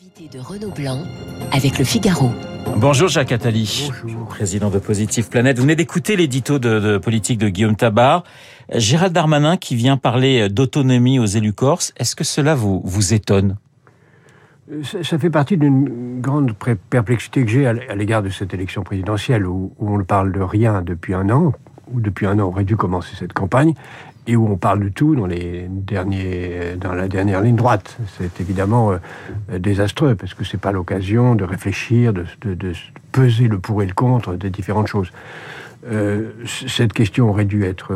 L'invité de Renaud Blanc avec Le Figaro. Bonjour Jacques Attali. Bonjour. Président de Positive Planète. Vous venez d'écouter l'édito de politique de Guillaume Tabar. Gérald Darmanin qui vient parler d'autonomie aux élus corses. Est-ce que cela vous étonne ? Ça fait partie d'une grande perplexité que j'ai à l'égard de cette élection présidentielle où on ne parle de rien depuis un an, où depuis un an aurait dû commencer cette campagne, et où on parle de tout dans la dernière ligne droite. C'est évidemment désastreux, parce que c'est pas l'occasion de réfléchir, de peser le pour et le contre des différentes choses. Cette question aurait dû être,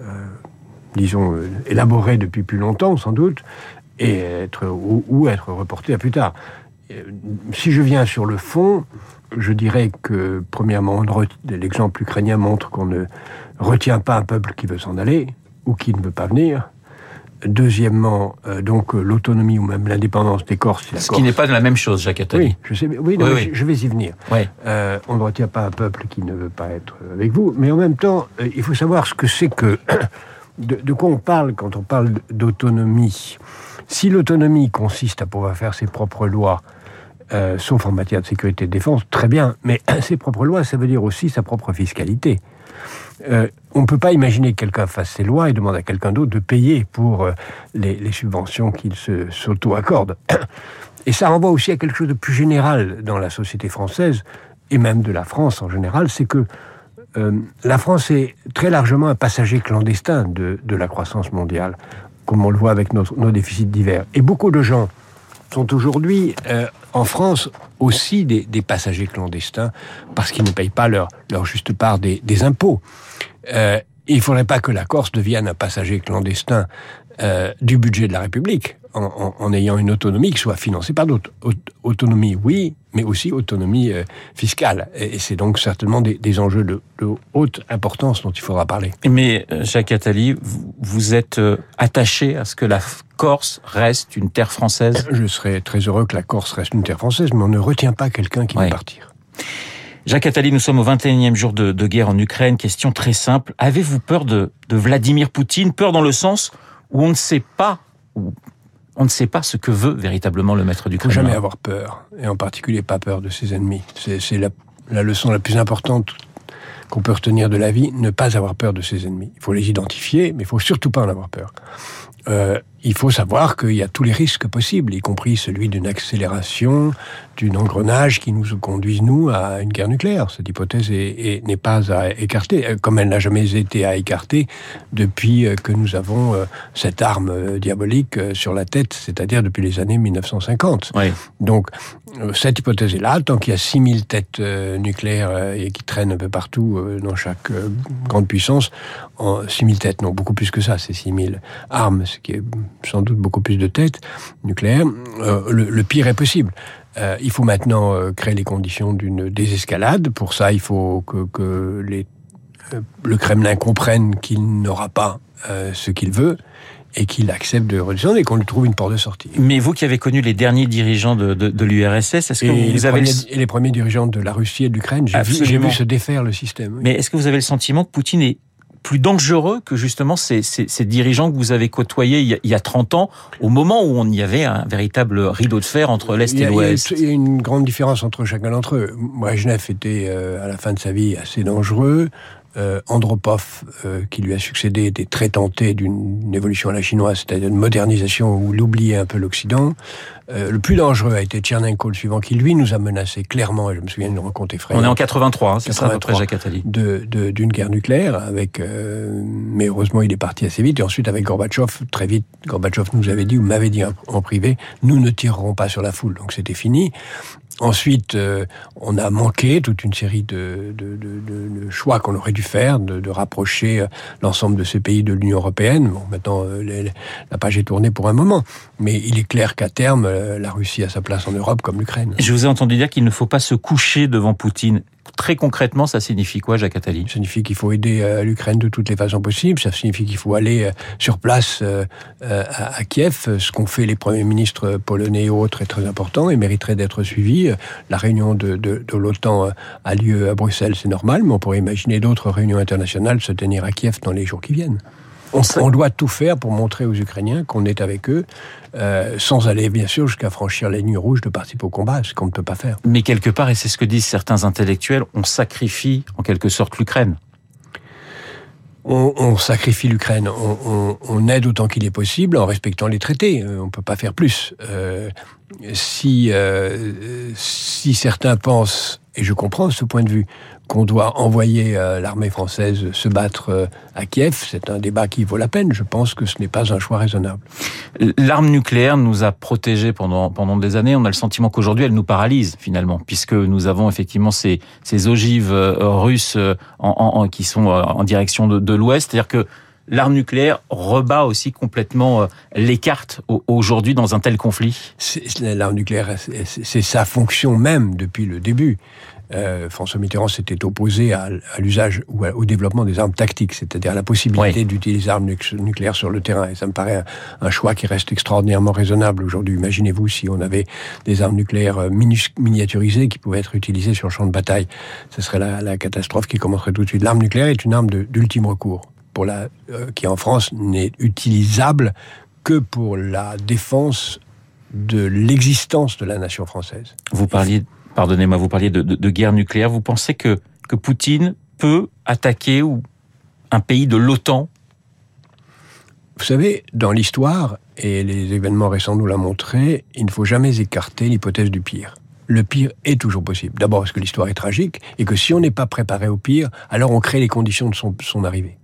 élaborée depuis plus longtemps, sans doute, et être reportée à plus tard. Si je viens sur le fond, je dirais que, premièrement, l'exemple ukrainien montre qu'on ne retient pas un peuple qui veut s'en aller, ou qui ne veut pas venir. Deuxièmement, l'autonomie ou même l'indépendance des Corses. Ce qui n'est pas de la même chose, Jacques Attali. Oui, je sais. Oui. Je vais y venir. Oui. On ne retient pas un peuple qui ne veut pas être avec vous, mais en même temps, il faut savoir ce que c'est que... De quoi on parle quand on parle d'autonomie. Si l'autonomie consiste à pouvoir faire ses propres lois, sauf en matière de sécurité et de défense, très bien, mais ses propres lois, ça veut dire aussi sa propre fiscalité. On ne peut pas imaginer que quelqu'un fasse ses lois et demande à quelqu'un d'autre de payer pour les subventions qu'il s'auto-accorde. Et ça renvoie aussi à quelque chose de plus général dans la société française, et même de la France en général, c'est que la France est très largement un passager clandestin de la croissance mondiale, comme on le voit avec nos déficits divers. Et beaucoup de gens sont aujourd'hui, en France, aussi des passagers clandestins, parce qu'ils ne payent pas leur juste part des impôts. Il ne faudrait pas que la Corse devienne un passager clandestin du budget de la République, en ayant une autonomie qui soit financée par d'autres. Autonomie, oui, mais aussi autonomie fiscale. Et c'est donc certainement des enjeux de haute importance dont il faudra parler. Mais Jacques Attali, vous êtes attaché à ce que la Corse reste une terre française ? Je serais très heureux que la Corse reste une terre française, mais on ne retient pas quelqu'un qui veut partir. Jacques Attali, nous sommes au 21e jour de guerre en Ukraine. Question très simple. Avez-vous peur de Vladimir Poutine ? Peur dans le sens où on ne sait pas ce que veut véritablement le maître du Kremlin. Il ne faut jamais avoir peur, et en particulier pas peur de ses ennemis. C'est la leçon la plus importante qu'on peut retenir de la vie, ne pas avoir peur de ses ennemis. Il faut les identifier, mais il ne faut surtout pas en avoir peur. Il faut savoir qu'il y a tous les risques possibles, y compris celui d'une accélération, d'un engrenage qui nous conduise, nous, à une guerre nucléaire. Cette hypothèse n'est pas à écarter, comme elle n'a jamais été à écarter depuis que nous avons cette arme diabolique sur la tête, c'est-à-dire depuis les années 1950. Oui. Donc, cette hypothèse est là, tant qu'il y a 6000 têtes nucléaires et qui traînent un peu partout dans chaque grande puissance. 6000 têtes, non, beaucoup plus que ça, c'est 6000 armes, ce qui est sans doute beaucoup plus de têtes nucléaires. Le pire est possible. Il faut maintenant créer les conditions d'une désescalade. Pour ça, il faut que le Kremlin comprenne qu'il n'aura pas ce qu'il veut et qu'il accepte de redescendre et qu'on lui trouve une porte de sortie. Mais vous qui avez connu les derniers dirigeants de l'URSS, est-ce que vous avez... Et les premiers dirigeants de la Russie et de l'Ukraine, j'ai vu se défaire le système. Oui. Mais est-ce que vous avez le sentiment que Poutine est plus dangereux que justement ces dirigeants que vous avez côtoyés il y a 30 ans, au moment où on y avait un véritable rideau de fer entre l'Est et l'Ouest? Il y a une grande différence entre chacun d'entre eux. Brejnev était, à la fin de sa vie, assez dangereux. Andropov, qui lui a succédé, était très tenté d'une évolution à la chinoise, c'est-à-dire une modernisation où il oubliait un peu l'Occident. Le plus dangereux a été Tchernenko, le suivant, qui lui nous a menacé clairement, et je me souviens d'une rencontre effrayante. On est en 83, c'est ça après Jacques Attali. D'une guerre nucléaire, mais heureusement il est parti assez vite, et ensuite avec Gorbatchev, très vite, Gorbatchev nous avait dit, ou m'avait dit en privé, nous ne tirerons pas sur la foule, donc c'était fini. Ensuite, on a manqué toute une série de choix qu'on aurait dû faire, de rapprocher l'ensemble de ces pays de l'Union européenne. Bon, maintenant, la page est tournée pour un moment. Mais il est clair qu'à terme, la Russie a sa place en Europe comme l'Ukraine. Je vous ai entendu dire qu'il ne faut pas se coucher devant Poutine. Très concrètement, ça signifie quoi, Jacques Attali ? Ça signifie qu'il faut aider l'Ukraine de toutes les façons possibles. Ça signifie qu'il faut aller sur place à Kiev. Ce qu'ont fait les premiers ministres polonais et autres est très important et mériterait d'être suivi. La réunion de l'OTAN a lieu à Bruxelles, c'est normal, mais on pourrait imaginer d'autres réunions internationales se tenir à Kiev dans les jours qui viennent. On doit tout faire pour montrer aux Ukrainiens qu'on est avec eux, sans aller bien sûr jusqu'à franchir les lignes rouges de participer au combat, ce qu'on ne peut pas faire. Mais quelque part, et c'est ce que disent certains intellectuels, on sacrifie en quelque sorte l'Ukraine. On sacrifie l'Ukraine, on aide autant qu'il est possible en respectant les traités. On ne peut pas faire plus. Si certains pensent, et je comprends ce point de vue, qu'on doit envoyer l'armée française se battre à Kiev, c'est un débat qui vaut la peine. Je pense que ce n'est pas un choix raisonnable. L'arme nucléaire nous a protégés pendant des années. On a le sentiment qu'aujourd'hui, elle nous paralyse, finalement, puisque nous avons effectivement ces ogives russes qui sont en direction de l'Ouest. C'est-à-dire que l'arme nucléaire rebat aussi complètement les cartes aujourd'hui dans un tel conflit. L'arme nucléaire, c'est sa fonction même depuis le début. François Mitterrand s'était opposé à l'usage ou au développement des armes tactiques, c'est-à-dire à la possibilité d'utiliser armes nucléaires sur le terrain. Et ça me paraît un choix qui reste extraordinairement raisonnable aujourd'hui. Imaginez-vous si on avait des armes nucléaires miniaturisées qui pouvaient être utilisées sur le champ de bataille. Ce serait la catastrophe qui commencerait tout de suite. L'arme nucléaire est une arme d'ultime recours, qui en France n'est utilisable que pour la défense de l'existence de la nation française. Vous parliez de guerre nucléaire. Vous pensez que Poutine peut attaquer un pays de l'OTAN ? Vous savez, dans l'histoire, et les événements récents nous l'ont montré, il ne faut jamais écarter l'hypothèse du pire. Le pire est toujours possible. D'abord parce que l'histoire est tragique, et que si on n'est pas préparé au pire, alors on crée les conditions de son arrivée.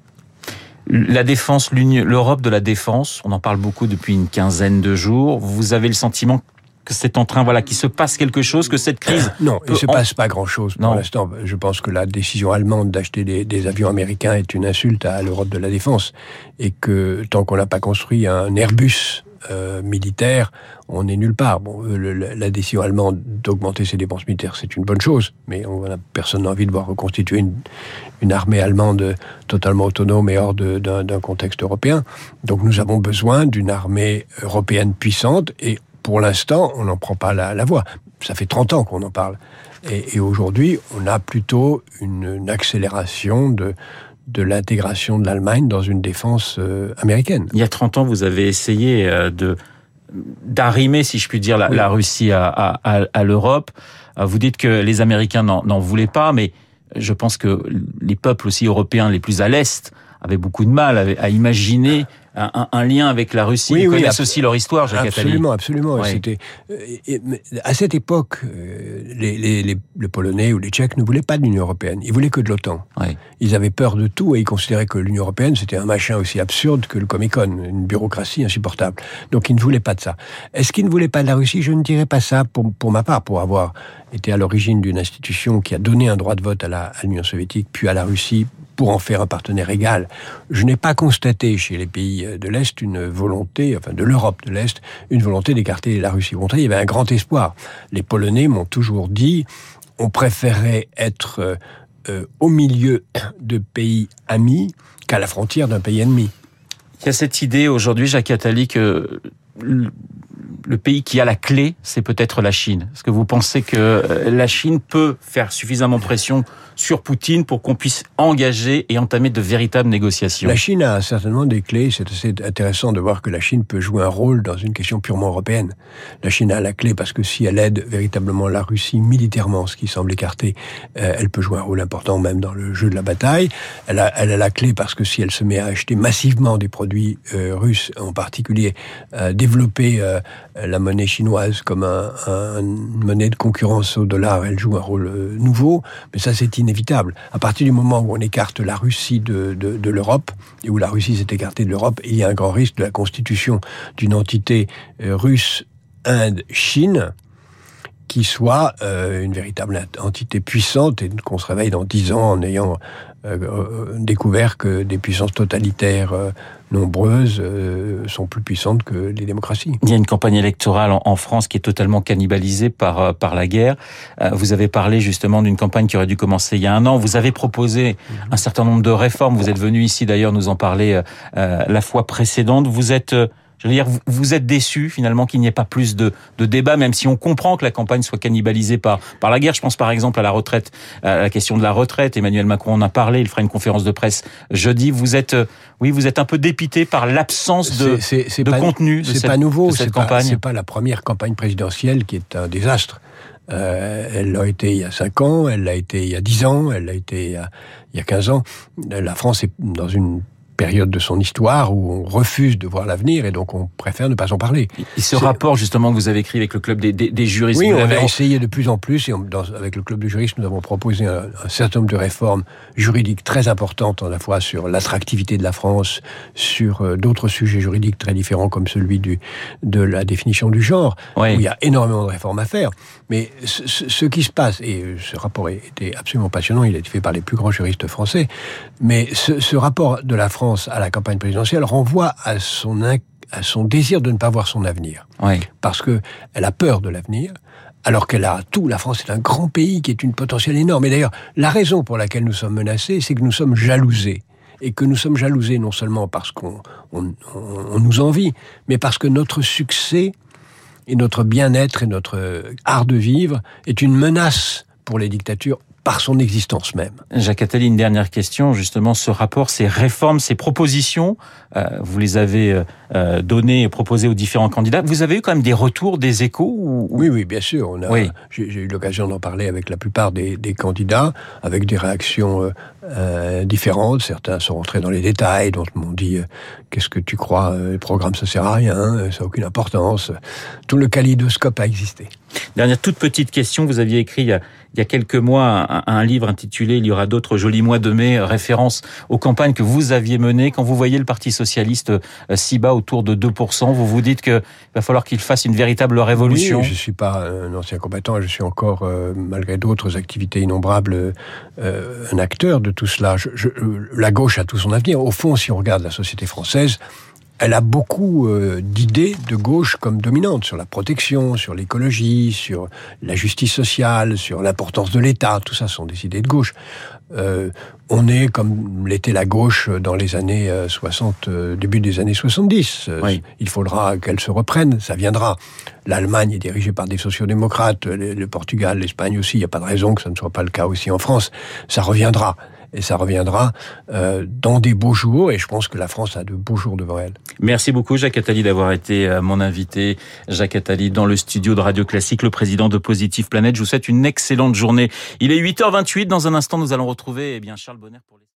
La défense, l'Europe de la défense, on en parle beaucoup depuis une quinzaine de jours. Vous avez le sentiment que c'est en train, qu'il se passe quelque chose, que cette crise... Non, il ne se passe pas grand-chose pour l'instant. Je pense que la décision allemande d'acheter des avions américains est une insulte à l'Europe de la défense. Et que tant qu'on n'a pas construit un Airbus militaire, on n'est nulle part. Bon, la décision allemande d'augmenter ses dépenses militaires, c'est une bonne chose, mais personne n'a envie de voir reconstituer une armée allemande totalement autonome et hors d'un contexte européen. Donc nous avons besoin d'une armée européenne puissante, et pour l'instant, on n'en prend pas la voie. Ça fait 30 ans qu'on en parle. Et aujourd'hui, on a plutôt une accélération de l'intégration de l'Allemagne dans une défense américaine. Il y a 30 ans, vous avez essayé d'arrimer, si je puis dire, la Russie à l'Europe. Vous dites que les Américains n'en voulaient pas, mais je pense que les peuples aussi européens les plus à l'Est avaient beaucoup de mal à imaginer un lien avec la Russie. Ils connaissent aussi leur histoire, Jacques Attali. Absolument. Ouais. C'était à cette époque, les Polonais ou les Tchèques ne voulaient pas de l'Union européenne. Ils voulaient que de l'OTAN. Ouais. Ils avaient peur de tout et ils considéraient que l'Union européenne c'était un machin aussi absurde que le Comecon, une bureaucratie insupportable. Donc ils ne voulaient pas de ça. Est-ce qu'ils ne voulaient pas de la Russie ? Je ne dirais pas ça pour ma part, pour avoir été à l'origine d'une institution qui a donné un droit de vote à l'Union soviétique, puis à la Russie, pour en faire un partenaire égal. Je n'ai pas constaté chez les pays de l'Est une volonté, de l'Europe de l'Est, une volonté d'écarter la Russie. Au contraire, il y avait un grand espoir. Les Polonais m'ont toujours dit, on préférait être au milieu de pays amis qu'à la frontière d'un pays ennemi. Il y a cette idée aujourd'hui, Jacques Attali, que le pays qui a la clé, c'est peut-être la Chine. Est-ce que vous pensez que la Chine peut faire suffisamment pression sur Poutine pour qu'on puisse engager et entamer de véritables négociations ? La Chine a certainement des clés. C'est assez intéressant de voir que la Chine peut jouer un rôle dans une question purement européenne. La Chine a la clé parce que si elle aide véritablement la Russie militairement, ce qui semble écarté, elle peut jouer un rôle important même dans le jeu de la bataille. Elle a la clé parce que si elle se met à acheter massivement des produits russes, en particulier développer la monnaie chinoise comme une monnaie de concurrence au dollar, elle joue un rôle nouveau, mais ça c'est inévitable. À partir du moment où on écarte la Russie de l'Europe, et où la Russie s'est écartée de l'Europe, il y a un grand risque de la constitution d'une entité russe, Inde, Chine, qui soit une véritable entité puissante, et qu'on se réveille dans 10 ans en ayant découvert que des puissances totalitaires nombreuses sont plus puissantes que les démocraties. Il y a une campagne électorale en France qui est totalement cannibalisée par la guerre. Vous avez parlé justement d'une campagne qui aurait dû commencer il y a 1 an. Vous avez proposé un certain nombre de réformes. Vous êtes venu ici d'ailleurs nous en parler la fois précédente. Vous êtes Je veux dire, vous êtes déçu finalement qu'il n'y ait pas plus de débat, même si on comprend que la campagne soit cannibalisée par la guerre. Je pense par exemple à la retraite, à la question de la retraite. Emmanuel Macron en a parlé. Il fera une conférence de presse jeudi. Vous êtes un peu dépité par l'absence de contenu de pas nouveau. Cette campagne. C'est pas la première campagne présidentielle qui est un désastre. Elle l'a été il y a 5 ans, elle l'a été il y a 10 ans, elle l'a été il y a 15 ans. La France est dans une période de son histoire où on refuse de voir l'avenir et donc on préfère ne pas en parler. Et ce rapport justement que vous avez écrit avec le club des juristes... Oui, on a essayé de plus en plus et avec le club des juristes, nous avons proposé un certain nombre de réformes juridiques très importantes, à la fois sur l'attractivité de la France, sur d'autres sujets juridiques très différents comme celui de la définition du genre, où il y a énormément de réformes à faire. Mais ce qui se passe, et ce rapport était absolument passionnant, il a été fait par les plus grands juristes français, mais ce rapport de la France à la campagne présidentielle renvoie à son désir de ne pas voir son avenir. Oui. Parce que elle a peur de l'avenir, alors qu'elle a tout. La France est un grand pays qui est une potentielle énorme. Et d'ailleurs, la raison pour laquelle nous sommes menacés, c'est que nous sommes jalousés. Et que nous sommes jalousés non seulement parce qu'on nous envie, mais parce que notre succès et notre bien-être et notre art de vivre est une menace pour les dictatures par son existence même. Jacques Attali, une dernière question. Justement, ce rapport, ces réformes, ces propositions, vous les avez données et proposées aux différents candidats. Vous avez eu quand même des retours, des échos Oui, bien sûr. J'ai eu l'occasion d'en parler avec la plupart des candidats, avec des réactions différentes. Certains sont rentrés dans les détails, d'autres m'ont dit « Qu'est-ce que tu crois ? Le programme, ça sert à rien, ça n'a aucune importance. » Tout le kaléidoscope a existé. Dernière toute petite question. Vous aviez écrit il y a quelques mois un livre intitulé « Il y aura d'autres jolis mois de mai », référence aux campagnes que vous aviez menées. Quand vous voyez le Parti socialiste si bas, autour de 2%, vous vous dites qu'il va falloir qu'il fasse une véritable révolution. Oui, je ne suis pas un ancien combattant, je suis encore, malgré d'autres activités innombrables, un acteur de tout cela. La gauche a tout son avenir. Au fond, si on regarde la société française, elle a beaucoup d'idées de gauche comme dominantes sur la protection, sur l'écologie, sur la justice sociale, sur l'importance de l'État. Tout ça sont des idées de gauche. On est comme l'était la gauche dans les années 60, début des années 70. Oui. Il faudra qu'elle se reprenne, ça viendra. L'Allemagne est dirigée par des sociodémocrates, le Portugal, l'Espagne aussi. Il n'y a pas de raison que ça ne soit pas le cas aussi en France. Ça reviendra. Et ça reviendra dans des beaux jours, et je pense que la France a de beaux jours devant elle. Merci beaucoup Jacques Attali d'avoir été mon invité. Jacques Attali dans le studio de Radio Classique, le président de Positive Planète. Je vous souhaite une excellente journée. Il est 8h28, dans un instant nous allons retrouver Charles Bonner pour les...